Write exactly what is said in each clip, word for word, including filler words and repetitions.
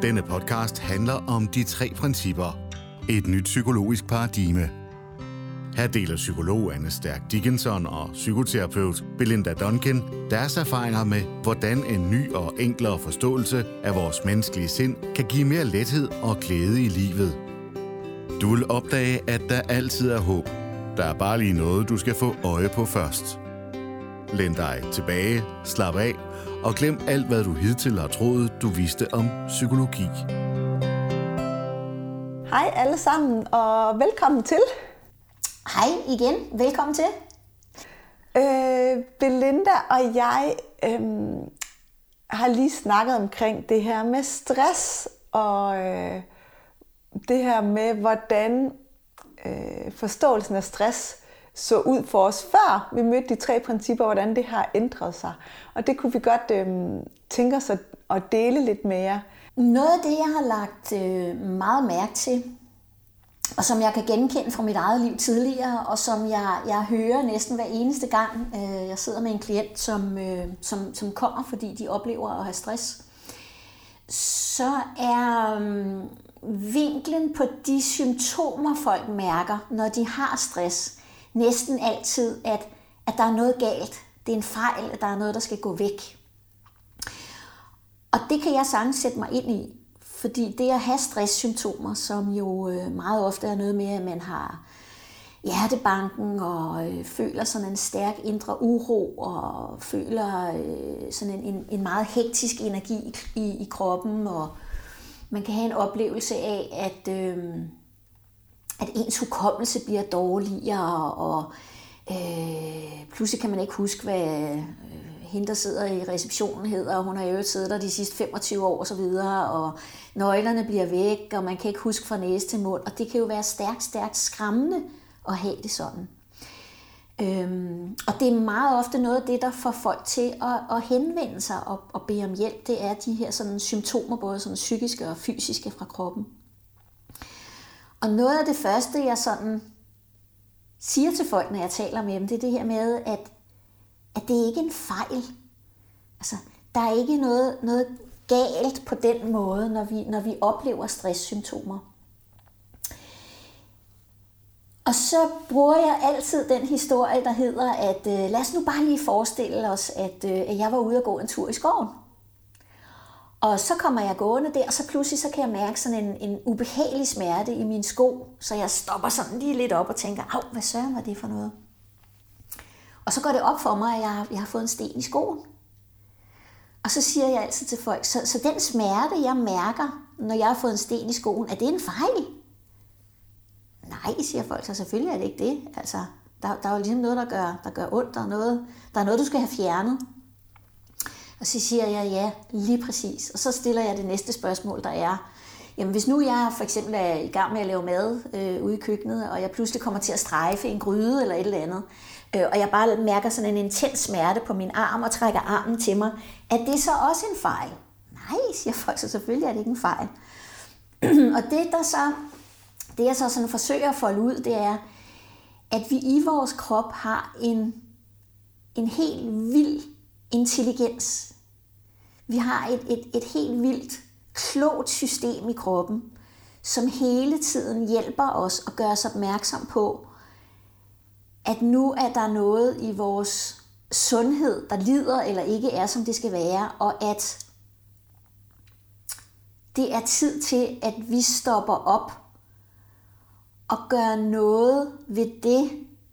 Denne podcast handler om de tre principper. Et nyt psykologisk paradigme. Her deler psykolog Anne Stærk Dickinson og psykoterapeut Belinda Duncan deres erfaringer med, hvordan en ny og enklere forståelse af vores menneskelige sind kan give mere lethed og glæde i livet. Du vil opdage, at der altid er håb. Der er bare lige noget, du skal få øje på først. Læn dig tilbage, slap af og glem alt, hvad du hidtil har troet, du vidste om psykologi. Hej alle sammen, og velkommen til. Hej igen, velkommen til. Øh, Belinda og jeg øh, har lige snakket omkring det her med stress, og øh, det her med, hvordan øh, forståelsen af stress så ud for os, før vi mødte de tre principper, hvordan det har ændret sig. Og det kunne vi godt øh, tænke os at, at dele lidt mere. Noget af det, jeg har lagt øh, meget mærke til, og som jeg kan genkende fra mit eget liv tidligere, og som jeg, jeg hører næsten hver eneste gang, øh, jeg sidder med en klient, som, øh, som, som kommer, fordi de oplever at have stress, så er øh, vinklen på de symptomer, folk mærker, når de har stress, næsten altid, at, at der er noget galt. Det er en fejl, at der er noget, der skal gå væk. Og det kan jeg sagtens sætte mig ind i, fordi det at have stresssymptomer, som jo meget ofte er noget med, at man har hjertebanken og øh, føler sådan en stærk indre uro og føler øh, sådan en, en, en meget hektisk energi i, i kroppen, og man kan have en oplevelse af, at, øh, at ens hukommelse bliver dårligere, og øh, pludselig kan man ikke huske, hvad øh, hende, der sidder i receptionen, hedder, og hun har jo siddet der de sidste femogtyve år og så videre, og nøglerne bliver væk, og man kan ikke huske fra næse til mund, og det kan jo være stærkt, stærkt skræmmende at have det sådan. Øhm, og det er meget ofte noget af det, der får folk til at, at henvende sig og, og bede om hjælp. Det er de her sådan, symptomer, både sådan psykiske og fysiske fra kroppen. Og noget af det første, jeg sådan siger til folk, når jeg taler med dem, det er det her med, at, at det ikke er en fejl. Altså, der er ikke noget, noget galt på den måde, når vi, når vi oplever stresssymptomer. Og så bruger jeg altid den historie, der hedder, at øh, lad os nu bare lige forestille os, at, øh, at jeg var ude og gå en tur i skoven. Og så kommer jeg gående der, og så pludselig så kan jeg mærke sådan en, en ubehagelig smerte i mine sko, så jeg stopper sådan lige lidt op og tænker, au, hvad søren var det for noget? Og så går det op for mig, at jeg, jeg har fået en sten i skoen. Og så siger jeg altid til folk, så, så den smerte, jeg mærker, når jeg har fået en sten i skoen, er det en fejl? Nej, siger folk, så selvfølgelig er det ikke det. Altså, der, der er jo ligesom noget, der gør, der gør ondt, der er, noget, der er noget, du skal have fjernet. Og så siger jeg, ja, lige præcis. Og så stiller jeg det næste spørgsmål, der er, jamen hvis nu jeg for eksempel er i gang med at lave mad øh, ude i køkkenet, og jeg pludselig kommer til at strejfe en gryde eller et eller andet, øh, og jeg bare mærker sådan en intens smerte på min arm og trækker armen til mig, er det så også en fejl? Nej, siger folk, så selvfølgelig er det ikke en fejl. Og det, der så, det jeg så sådan forsøger at folde ud, det er, at vi i vores krop har en, en helt vild intelligens. Vi har et, et, et helt vildt, klogt system i kroppen, som hele tiden hjælper os og gør os opmærksom på, at nu er der noget i vores sundhed, der lider eller ikke er, som det skal være, og at det er tid til, at vi stopper op og gør noget ved det,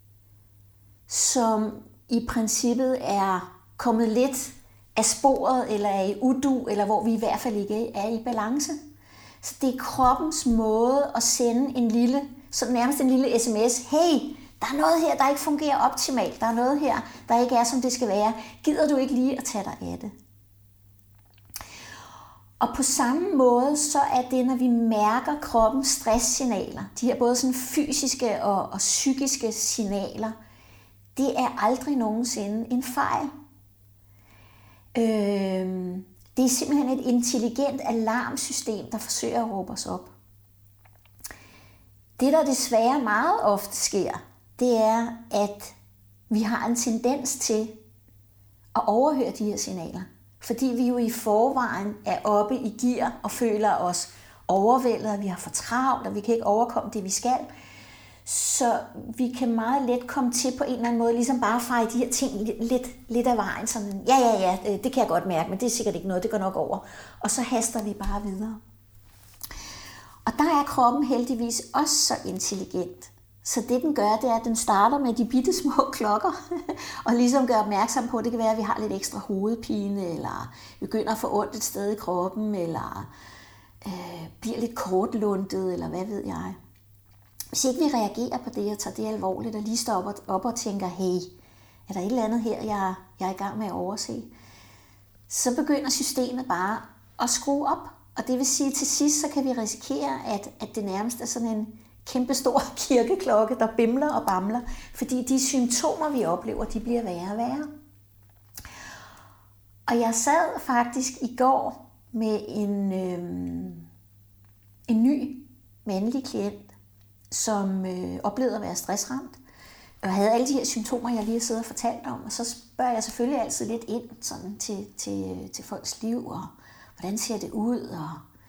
som i princippet er kommet lidt af sporet, eller er i udu, eller hvor vi i hvert fald ikke er i balance. Så det er kroppens måde at sende en lille, så nærmest en lille sms. Hey, der er noget her, der ikke fungerer optimalt. Der er noget her, der ikke er, som det skal være. Gider du ikke lige at tage dig af det? Og på samme måde, så er det, når vi mærker kroppens stresssignaler, de her både sådan fysiske og, og psykiske signaler, det er aldrig nogensinde en fejl. Øh, det er simpelthen et intelligent alarmsystem, der forsøger at råbe os op. Det, der desværre meget ofte sker, det er, at vi har en tendens til at overhøre de her signaler. Fordi vi jo i forvejen er oppe i gear og føler os overvældet, og vi har for travlt, og vi kan ikke overkomme det, vi skal. Så vi kan meget let komme til på en eller anden måde, ligesom bare feje de her ting lidt, lidt af vejen. Sådan, ja, ja, ja, det kan jeg godt mærke, men det er sikkert ikke noget, det går nok over. Og så haster vi bare videre. Og der er kroppen heldigvis også så intelligent. Så det den gør, det er, at den starter med de bitte små klokker, og ligesom gør opmærksom på, at det kan være, at vi har lidt ekstra hovedpine, eller begynder at få ondt et sted i kroppen, eller øh, bliver lidt kortluntet, eller hvad ved jeg. Hvis ikke vi reagerer på det og tager det alvorligt, og lige står op og, op og tænker, hey, er der et eller andet her, jeg, jeg er i gang med at overse, så begynder systemet bare at skrue op. Og det vil sige, at til sidst så kan vi risikere, at, at det nærmest er sådan en kæmpestor kirkeklokke, der bimler og bamler, fordi de symptomer, vi oplever, de bliver værre og værre. Og jeg sad faktisk i går med en, øhm, en ny mandlig klient, som øh, oplevede at være stressramt, og havde alle de her symptomer, jeg lige har siddet og fortalt om, og så spørger jeg selvfølgelig altid lidt ind sådan, til, til, til folks liv, og hvordan ser det ud, og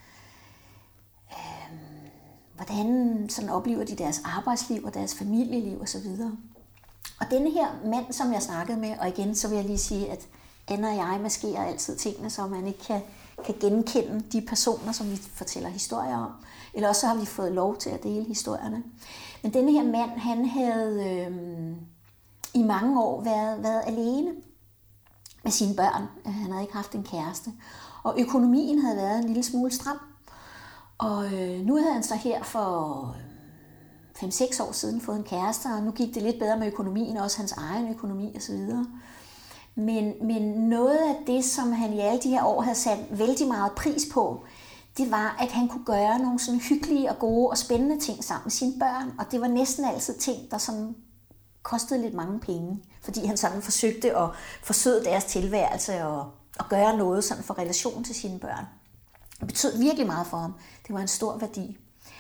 øh, hvordan sådan oplever de deres arbejdsliv og deres familieliv osv. Og denne her mand, som jeg snakkede med, og igen så vil jeg lige sige, at Anna og jeg maskerer altid tingene, så man ikke kan, kan genkende de personer, som vi fortæller historier om. Eller også så har vi fået lov til at dele historierne. Men denne her mand, han havde øh, i mange år været, været alene med sine børn. Han havde ikke haft en kæreste. Og økonomien havde været en lille smule stram. Og øh, nu havde han så her for fem seks år siden fået en kæreste, og nu gik det lidt bedre med økonomien, også hans egen økonomi osv. Men, men noget af det, som han i alle de her år havde sat vældig meget pris på, det var, at han kunne gøre nogle sådan hyggelige og gode og spændende ting sammen med sine børn. Og det var næsten altid ting, der sådan kostede lidt mange penge, fordi han sådan forsøgte at forsøde deres tilværelse og, og gøre noget sådan for relation til sine børn. Det betød virkelig meget for ham. Det var en stor værdi.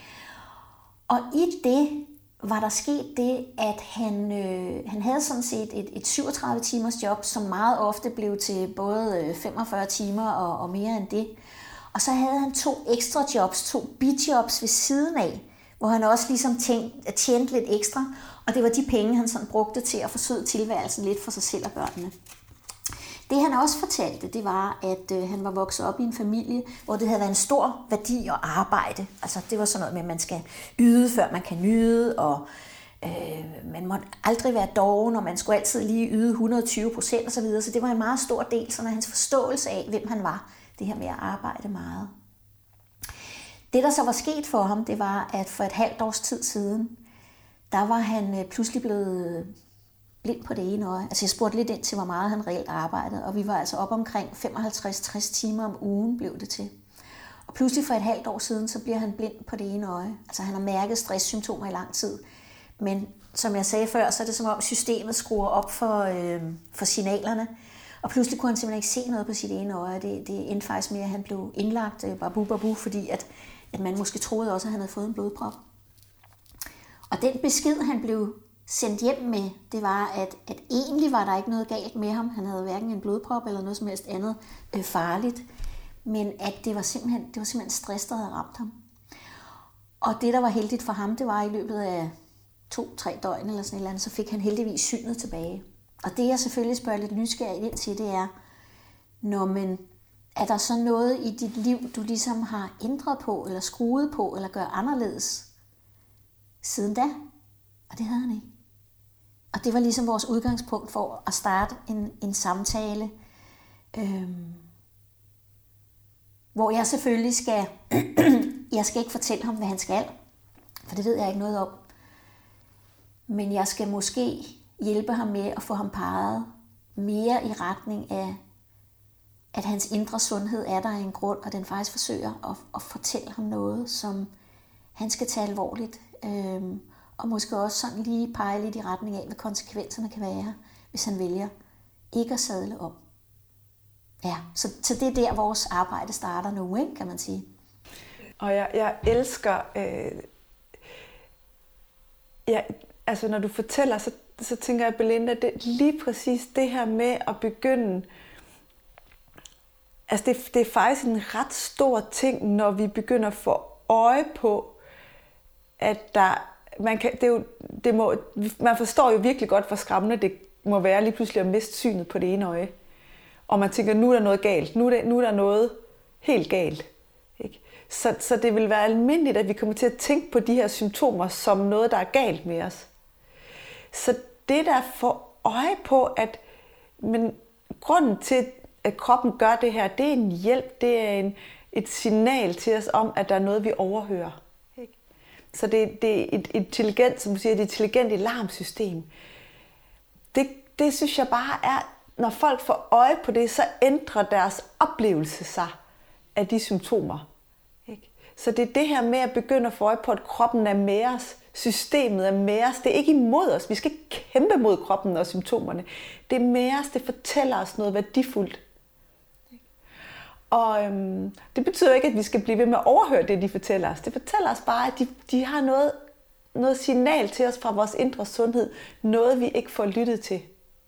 Og i det var der sket det, at han, øh, han havde sådan set et, et syvogtredive timers job, som meget ofte blev til både femogfyrre timer og, og mere end det. Og så havde han to ekstra jobs, to bijobs ved siden af, hvor han også ligesom tænkte, tjente lidt ekstra, og det var de penge, han sådan brugte til at forsøge tilværelsen lidt for sig selv og børnene. Det han også fortalte, det var, at øh, han var vokset op i en familie, hvor det havde været en stor værdi at arbejde. Altså det var sådan noget med, at man skal yde, før man kan nyde, og øh, man måtte aldrig være doven, og man skulle altid lige yde et hundrede og tyve procent osv. Så, så det var en meget stor del, sådan af hans forståelse af, hvem han var, det her med at arbejde meget. Det, der så var sket for ham, det var, at for et halvt års tid siden, der var han øh, pludselig blevet blind på det ene øje. Altså jeg spurgte lidt ind til, hvor meget han reelt arbejdede, og vi var altså op omkring femoghalvtreds til tres timer om ugen blev det til. Og pludselig for et halvt år siden, så bliver han blind på det ene øje. Altså han har mærket stresssymptomer i lang tid. Men som jeg sagde før, så er det som om systemet skruer op for, øh, for signalerne. Og pludselig kunne han simpelthen ikke se noget på sit ene øje. Det, det endte faktisk med, at han blev indlagt øh, babu babu, fordi at, at man måske troede også, at han havde fået en blodprop. Og den besked, han blev sendt hjem med, det var, at, at egentlig var der ikke noget galt med ham. Han havde hverken en blodprop eller noget som helst andet øh, farligt. Men at det var, simpelthen, det var simpelthen stress, der havde ramt ham. Og det, der var heldigt for ham, det var i løbet af to-tre døgn eller sådan et eller andet, så fik han heldigvis synet tilbage. Og det, jeg selvfølgelig spørger lidt nysgerrigt ind til, det er, når man, er der så noget i dit liv, du ligesom har ændret på, eller skruet på, eller gør anderledes siden da? Og det havde han ikke. Og det var ligesom vores udgangspunkt for at starte en, en samtale, øhm, hvor jeg selvfølgelig skal, jeg skal ikke fortælle ham, hvad han skal, for det ved jeg ikke noget om. Men jeg skal måske hjælpe ham med at få ham peget mere i retning af, at hans indre sundhed er der i en grund, og den faktisk forsøger at, at fortælle ham noget, som han skal tage alvorligt. Øhm, og måske også sådan lige pege lidt i retning af, hvad konsekvenserne kan være, hvis han vælger ikke at sadle om. Ja, så, så det er der, vores arbejde starter nu, ikke, kan man sige. Og jeg, jeg elsker, øh, jeg, altså når du fortæller, så, så tænker jeg, Belinda, det er lige præcis det her med at begynde altså det, det er faktisk en ret stor ting, når vi begynder at få øje på, at der, man, kan, det er jo, det må, man forstår jo virkelig godt, hvor skræmmende det må være lige pludselig at miste synet på det ene øje. Og man tænker, nu er der noget galt, nu er der, nu er der noget helt galt. Ikke? Så, så det vil være almindeligt, at vi kommer til at tænke på de her symptomer som noget, der er galt med os. Så det der får øje på, at men grunden til, at kroppen gør det her, det er en hjælp, det er en, et signal til os om, at der er noget, vi overhører. Ikke? Så det, det er et intelligent, som du siger, et intelligent alarmsystem. Det, det synes jeg bare er, når folk får øje på det, så ændrer deres oplevelse sig af de symptomer. Ikke? Så det er det her med at begynde at få øje på, at kroppen er med os, systemet er med os. Det er ikke imod os. Vi skal ikke kæmpe mod kroppen og symptomerne. Det er med os, det fortæller os noget værdifuldt. Og øhm, det betyder ikke, at vi skal blive ved med at overhøre det, de fortæller os. Det fortæller os bare, at de, de har noget, noget signal til os fra vores indre sundhed. Noget, vi ikke får lyttet til.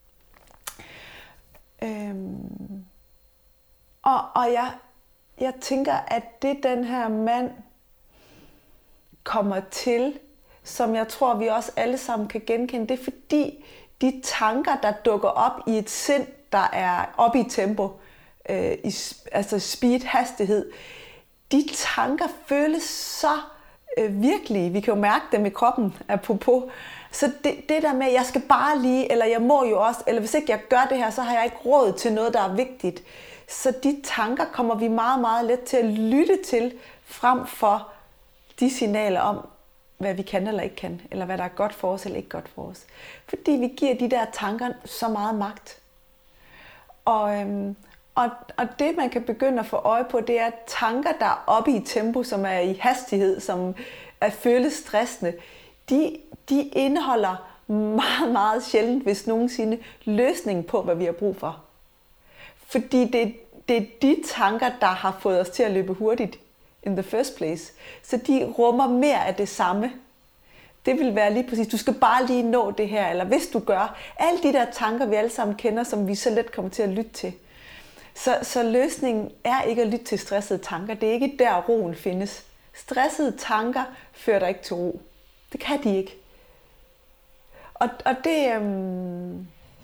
Øhm, og og jeg, jeg tænker, at det den her mand kommer til, som jeg tror, vi også alle sammen kan genkende, det er fordi de tanker, der dukker op i et sind, der er oppe i tempo, øh, i, altså speed, hastighed, de tanker føles så øh, virkelige. Vi kan jo mærke dem i kroppen, apropos. Så det, det der med, at jeg skal bare lige, eller jeg må jo også, eller hvis ikke jeg gør det her, så har jeg ikke råd til noget, der er vigtigt. Så de tanker kommer vi meget, meget let til at lytte til, frem for de signaler om, hvad vi kan eller ikke kan, eller hvad der er godt for os eller ikke godt for os. Fordi vi giver de der tanker så meget magt. Og, øhm, og, og det, man kan begynde at få øje på, det er tanker, der er oppe i tempo, som er i hastighed, som er føles stressende. De, de indeholder meget, meget sjældent, hvis nogensinde, løsningen på, hvad vi har brug for. Fordi det, det er de tanker, der har fået os til at løbe hurtigt in the first place. Så de rummer mere af det samme. Det vil være lige præcis, du skal bare lige nå det her, eller hvis du gør. Alle de der tanker, vi alle sammen kender, som vi så let kommer til at lytte til. Så, så løsningen er ikke at lytte til stressede tanker. Det er ikke der, roen findes. Stressede tanker fører dig ikke til ro. Det kan de ikke. Og, og det... Øhm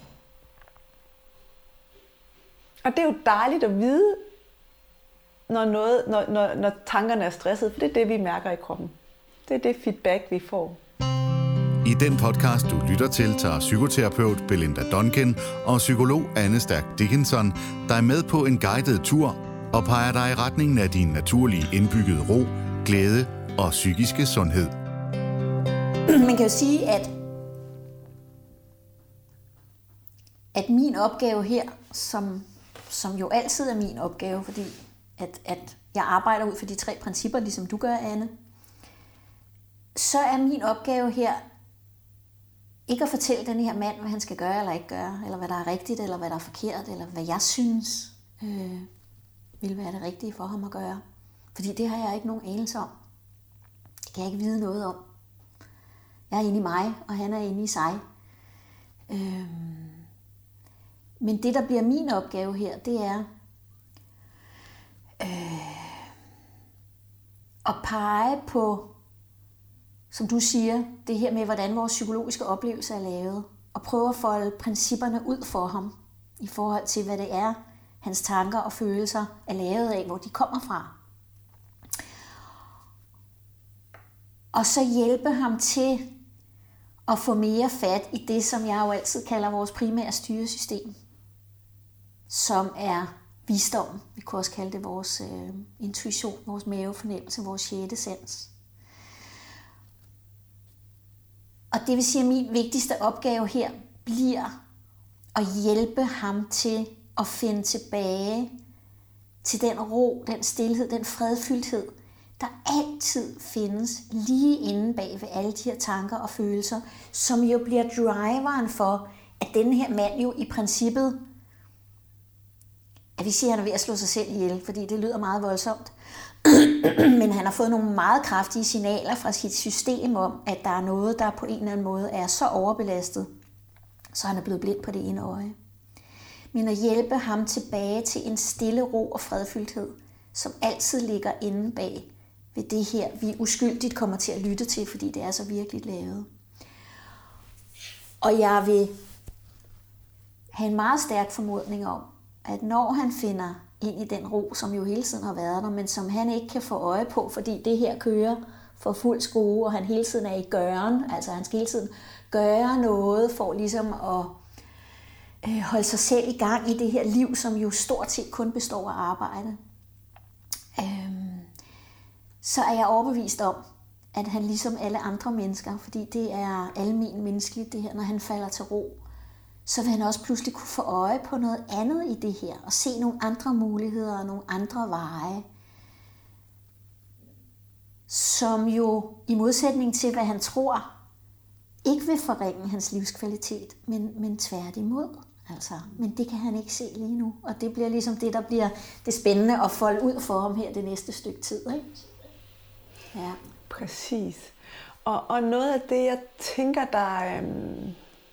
Og det er jo dejligt at vide, når, noget, når, når, når tankerne er stressede, for det er det, vi mærker i kroppen. Det er det feedback, vi får. I den podcast, du lytter til, tager psykoterapeut Belinda Duncan og psykolog Anne Stærk Dickinson dig med på en guided tur og peger dig i retningen af din naturlige indbyggede ro, glæde og psykiske sundhed. Man kan jo sige, at, at min opgave her, som som jo altid er min opgave, fordi at, at jeg arbejder ud for de tre principper, ligesom du gør, Anne, så er min opgave her ikke at fortælle den her mand, hvad han skal gøre eller ikke gøre, eller hvad der er rigtigt, eller hvad der er forkert, eller hvad jeg synes øh, vil være det rigtige for ham at gøre. Fordi det har jeg ikke nogen anelse om. Det kan jeg ikke vide noget om. Jeg er inde i mig, og han er inde i sig. Øh, Men det, der bliver min opgave her, det er øh, at pege på, som du siger, det her med, hvordan vores psykologiske oplevelse er lavet, og prøve at folde principperne ud for ham, i forhold til, hvad det er, hans tanker og følelser er lavet af, hvor de kommer fra. Og så hjælpe ham til at få mere fat i det, som jeg jo altid kalder vores primære styresystem, som er visdom. Vi kunne også kalde det vores øh, intuition, vores mavefornemmelse, vores sjette sans. Og det vil sige, at min vigtigste opgave her bliver at hjælpe ham til at finde tilbage til den ro, den stilhed, den fredfyldthed, der altid findes lige inde bag ved alle de her tanker og følelser, som jo bliver driveren for, at denne her mand jo i princippet, at vi siger, at han er ved at slå sig selv ihjel, fordi det lyder meget voldsomt, men han har fået nogle meget kraftige signaler fra sit system om, at der er noget, der på en eller anden måde er så overbelastet, så han er blevet blind på det ene øje. men at hjælpe ham tilbage til en stille ro og fredfyldthed, som altid ligger inde bag ved det her, vi uskyldigt kommer til at lytte til, fordi det er så virkelig lavet. Og jeg vil have en meget stærk formodning om, at når han finder ind i den ro, som jo hele tiden har været der, men som han ikke kan få øje på, fordi det her kører for fuld skrue, og han hele tiden er i gøren, altså han skal hele tiden gøre noget for ligesom at øh, holde sig selv i gang i det her liv, som jo stort set kun består af arbejde. Øhm, så er jeg overbevist om, at han ligesom alle andre mennesker, fordi det er almen menneskeligt det her, når han falder til ro, så vil han også pludselig kunne få øje på noget andet i det her, og se nogle andre muligheder og nogle andre veje, som jo i modsætning til, hvad han tror, ikke vil forringe hans livskvalitet, men, men tværtimod. Altså, men det kan han ikke se lige nu, og det bliver ligesom det, der bliver det spændende at folde ud for ham her det næste stykke tid, ikke? Ja. Præcis. Og, og noget af det, jeg tænker, der, øhm,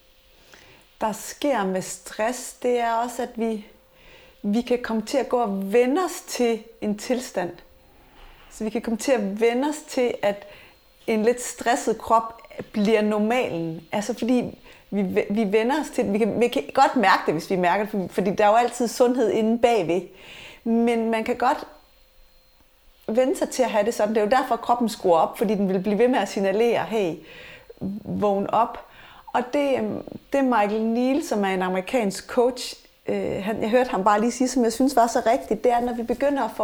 der sker med stress, det er også, at vi, vi kan komme til at gå og vende os til en tilstand. Så vi kan komme til at vende os til, at en lidt stresset krop bliver normalen. Altså fordi vi, vi vender os til det. Vi kan, vi kan godt mærke det, hvis vi mærker det, fordi der er jo altid sundhed inde bagved. Men man kan godt vende sig til at have det sådan. Det er jo derfor, at kroppen skruer op, fordi den vil blive ved med at signalere, hey, vågn op. Og det, det er Michael Neill, som er en amerikansk coach. Jeg hørte ham bare lige sige, som jeg synes var så rigtigt, det er, når vi begynder at få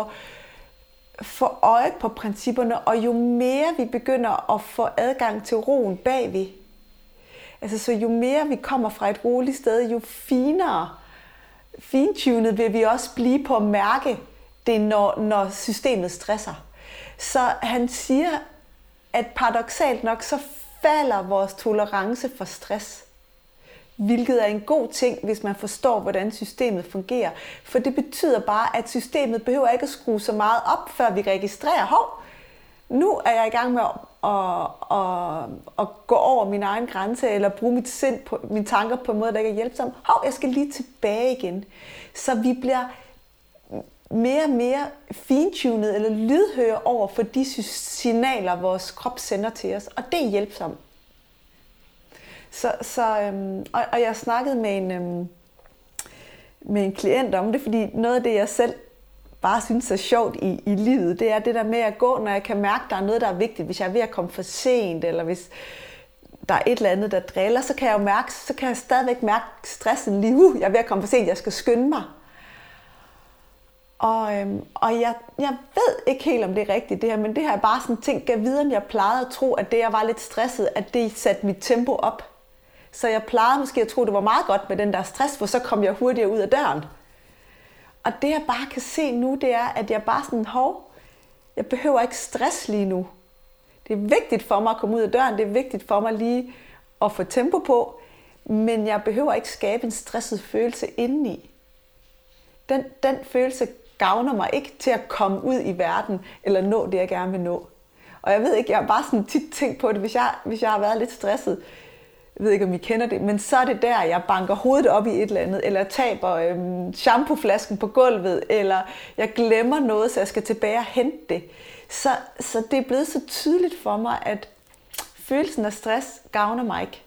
få øje på principperne, og jo mere vi begynder at få adgang til roen bagved, altså så jo mere vi kommer fra et roligt sted, jo finere, fintunet vil vi også blive på at mærke det, når, når systemet stresser. Så han siger, at paradoksalt nok, så falder vores tolerance for stress, hvilket er en god ting, hvis man forstår, hvordan systemet fungerer. For det betyder bare, at systemet behøver ikke at skrue så meget op, før vi registrerer, hov, nu er jeg i gang med at, at, at, at gå over min egen grænse, eller bruge mit sind på, mine tanker på en måde, der ikke er hjælpsom. Hov, jeg skal lige tilbage igen. Så vi bliver mere og mere fintunet eller lydhøre over for de signaler, vores krop sender til os, og det er hjælpsomt. Så, så, øhm, og, og jeg snakkede med en, øhm, med en klient om det, fordi noget af det, jeg selv bare synes er sjovt i, i livet, det er det der med at gå, når jeg kan mærke, at der er noget, der er vigtigt. Hvis jeg er ved at komme for sent, eller hvis der er et eller andet, der driller, så kan jeg jo mærke, så kan jeg stadigvæk mærke stressen lige, uh, jeg er ved at komme for sent, jeg skal skynde mig. Og, øhm, og jeg, jeg ved ikke helt, om det er rigtigt det her, men det har jeg bare sådan tænkt, jeg ved, om jeg plejede at tro, at det, jeg var lidt stresset, at det satte mit tempo op. Så jeg plejede måske at tro, det var meget godt med den der stress, for så kom jeg hurtigere ud af døren. Og det, jeg bare kan se nu, det er, at jeg bare sådan, hov, jeg behøver ikke stress lige nu. Det er vigtigt for mig at komme ud af døren, det er vigtigt for mig lige at få tempo på, men jeg behøver ikke skabe en stresset følelse indeni. Den, den følelse gavner mig ikke til at komme ud i verden, eller nå det, jeg gerne vil nå. Og jeg ved ikke, jeg har bare sådan tit tænkt på det, hvis jeg, hvis jeg har været lidt stresset, jeg ved ikke, om I kender det, men så er det der, jeg banker hovedet op i et eller andet, eller taber øhm, shampooflasken på gulvet, eller jeg glemmer noget, så jeg skal tilbage og hente det. Så, så det er blevet så tydeligt for mig, at følelsen af stress gavner mig ikke.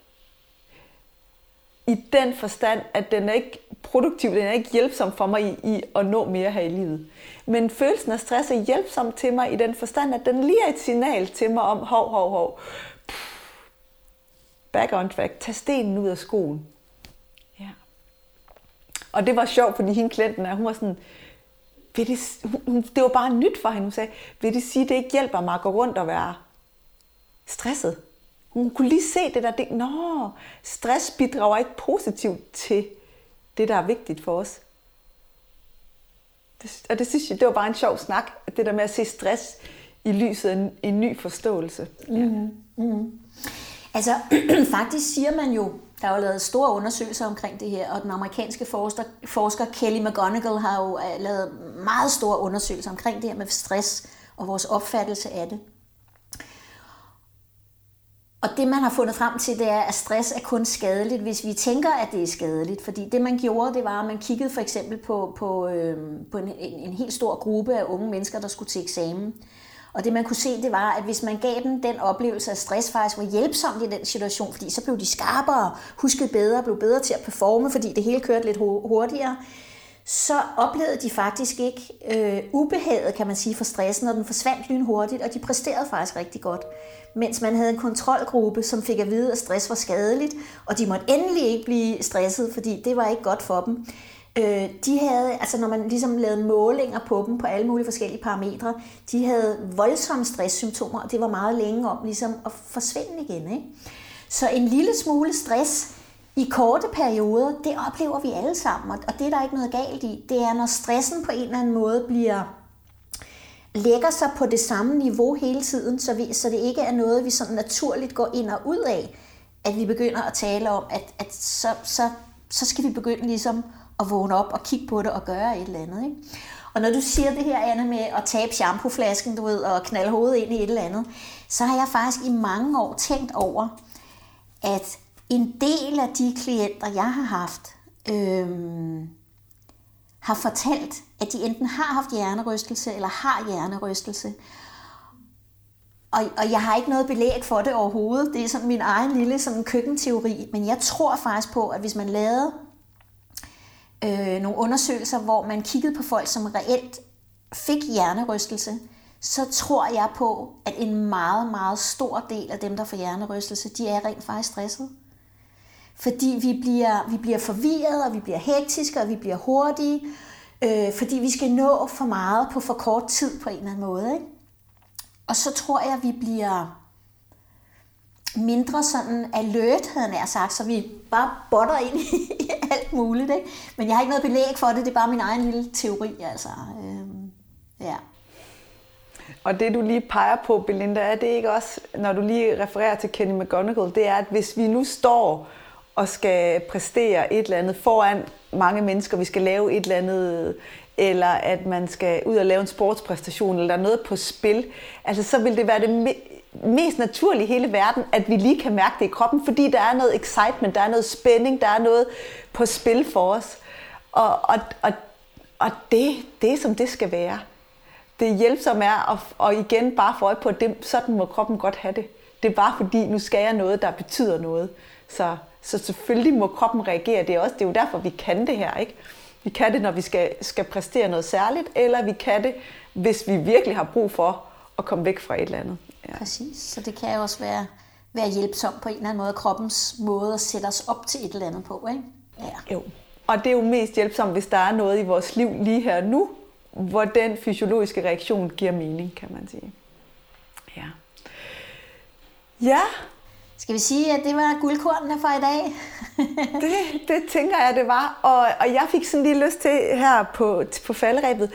I den forstand, at den er ikke produktiv, den er ikke hjælpsom for mig i, i at nå mere her i livet. Men følelsen af stress er hjælpsom til mig i den forstand, at den lige er et signal til mig om, hov, hov, hov, back on track, tag stenen ud af skoen. Ja. Og det var sjovt, fordi hende klienten, hun var sådan, vil det, hun, det var bare nyt for hende, hun sagde, vil det sige, det ikke hjælper mig at gå rundt og være stresset? Hun kunne lige se det der, det, nå, stress bidrager ikke positivt til det, der er vigtigt for os. Det, og det synes jeg, det var bare en sjov snak, det der med at se stress i lyset af en, en ny forståelse. Ja. Mm-hmm. Mm-hmm. Altså, faktisk siger man jo, der er jo lavet store undersøgelser omkring det her, og den amerikanske forsker, forsker Kelly McGonigal har jo lavet meget store undersøgelser omkring det her med stress og vores opfattelse af det. Og det, man har fundet frem til, det er, at stress er kun skadeligt, hvis vi tænker, at det er skadeligt. Fordi det, man gjorde, det var, at man kiggede for eksempel på, på, øh, på en, en, en helt stor gruppe af unge mennesker, der skulle til eksamen. Og det, man kunne se, det var, at hvis man gav dem den oplevelse, at stress faktisk var hjælpsomt i den situation, fordi så blev de skarpere, huskede bedre, blev bedre til at performe, fordi det hele kørte lidt hurtigere, så oplevede de faktisk ikke øh, ubehaget, kan man sige, for stressen, og den forsvandt lynhurtigt, og de præsterede faktisk rigtig godt. Mens man havde en kontrolgruppe, som fik at vide, at stress var skadeligt, og de måtte endelig ikke blive stresset, fordi det var ikke godt for dem. Øh, de havde, altså når man ligesom lavede målinger på dem på alle mulige forskellige parametre, de havde voldsomme stresssymptomer, og det var meget længe om ligesom at forsvinde igen. Ikke? Så en lille smule stress i korte perioder, det oplever vi alle sammen, og det er der ikke noget galt i. Det er, når stressen på en eller anden måde bliver lægger sig på det samme niveau hele tiden, så, vi, så det ikke er noget, vi sådan naturligt går ind og ud af, at vi begynder at tale om, at, at så, så, så skal vi begynde ligesom at vågne op og kigge på det og gøre et eller andet. Ikke? Og når du siger det her, Anne, med at tabe shampooflasken, du ved, og knalde hovedet ind i et eller andet, så har jeg faktisk i mange år tænkt over, at en del af de klienter, jeg har haft, øhm, har fortalt, at de enten har haft hjernerystelse eller har hjernerystelse. Og, og jeg har ikke noget belæg for det overhovedet. Det er sådan min egen lille sådan køkkenteori. Men jeg tror faktisk på, at hvis man lavede øh, nogle undersøgelser, hvor man kiggede på folk, som reelt fik hjernerystelse, så tror jeg på, at en meget, meget stor del af dem, der får hjernerystelse, de er rent faktisk stresset. Fordi vi bliver, vi bliver forvirret, og vi bliver hektiske, og vi bliver hurtige, øh, fordi vi skal nå for meget på for kort tid på en eller anden måde. Ikke? Og så tror jeg, at vi bliver mindre sådan alert, havde jeg sagt, så vi bare botter ind i alt muligt. Ikke? Men jeg har ikke noget belæg for det, det er bare min egen lille teori. Altså. Øh, ja. Og det, du lige peger på, Belinda, er det ikke også, når du lige refererer til Kelly McGonigal, det er, at hvis vi nu står og skal præstere et eller andet foran mange mennesker, vi skal lave et eller andet, eller at man skal ud og lave en sportspræstation, eller der er noget på spil, altså så vil det være det me- mest naturlige i hele verden, at vi lige kan mærke det i kroppen, fordi der er noget excitement, der er noget spænding, der er noget på spil for os. Og, og, og, og det, det er som det skal være. Det hjælpsomme er at og igen bare få øje på, at det, sådan må kroppen godt have det. Det er bare fordi, nu skal jeg noget, der betyder noget. Så, så selvfølgelig må kroppen reagere. Det er, også, det er jo derfor, vi kan det her. Ikke? Vi kan det, når vi skal, skal præstere noget særligt, eller vi kan det, hvis vi virkelig har brug for at komme væk fra et eller andet. Ja. Præcis. Så det kan jo også være, være hjælpsomt på en eller anden måde, kroppens måde at sætte os op til et eller andet på. Ikke? Ja. Jo. Og det er jo mest hjælpsomt, hvis der er noget i vores liv lige her nu, hvor den fysiologiske reaktion giver mening, kan man sige. Ja. Ja. Skal vi sige, at det var guldkornene for i dag? det, det tænker jeg, det var. Og, og jeg fik sådan lige lyst til her på, på falderebet.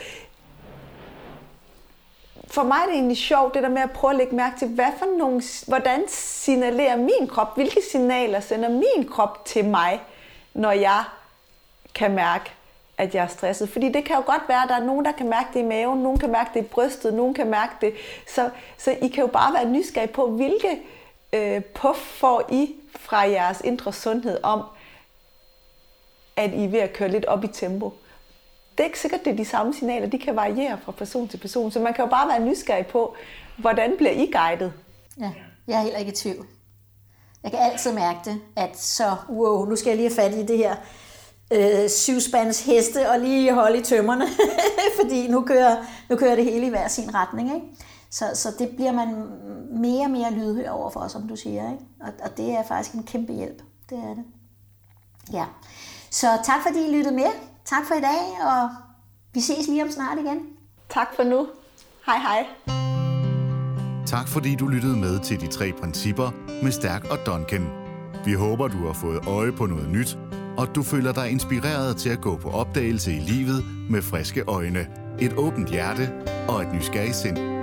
For mig er det egentlig sjovt, det der med at prøve at lægge mærke til, hvad for nogle, hvordan signalerer min krop, hvilke signaler sender min krop til mig, når jeg kan mærke, at jeg er stresset. Fordi det kan jo godt være, at der er nogen, der kan mærke det i maven, nogen kan mærke det i brystet, nogen kan mærke det. Så, så I kan jo bare være nysgerrige på, hvilke øh, puff får I fra jeres indre sundhed om, at I er ved at køre lidt op i tempo. Det er ikke sikkert, det er de samme signaler. De kan variere fra person til person. Så man kan jo bare være nysgerrig på, hvordan bliver I guidet? Ja, jeg er heller ikke i tvivl. Jeg kan altid mærke det, at så, wow, nu skal jeg lige have fat i det her øh, syvspands heste og lige holde i tømmerne, fordi nu kører, nu kører det hele i hver sin retning. Ikke? Så, så det bliver man mere og mere lydhør over for, som du siger. Ikke? Og, og det er faktisk en kæmpe hjælp. Det er det. Ja. Så tak fordi I lyttede med. Tak for i dag, og vi ses lige om snart igen. Tak for nu. Hej hej. Tak fordi du lyttede med til De Tre Principper med Stærk og Duncan. Vi håber, du har fået øje på noget nyt, og du føler dig inspireret til at gå på opdagelse i livet med friske øjne, et åbent hjerte og et nysgerrigt sind.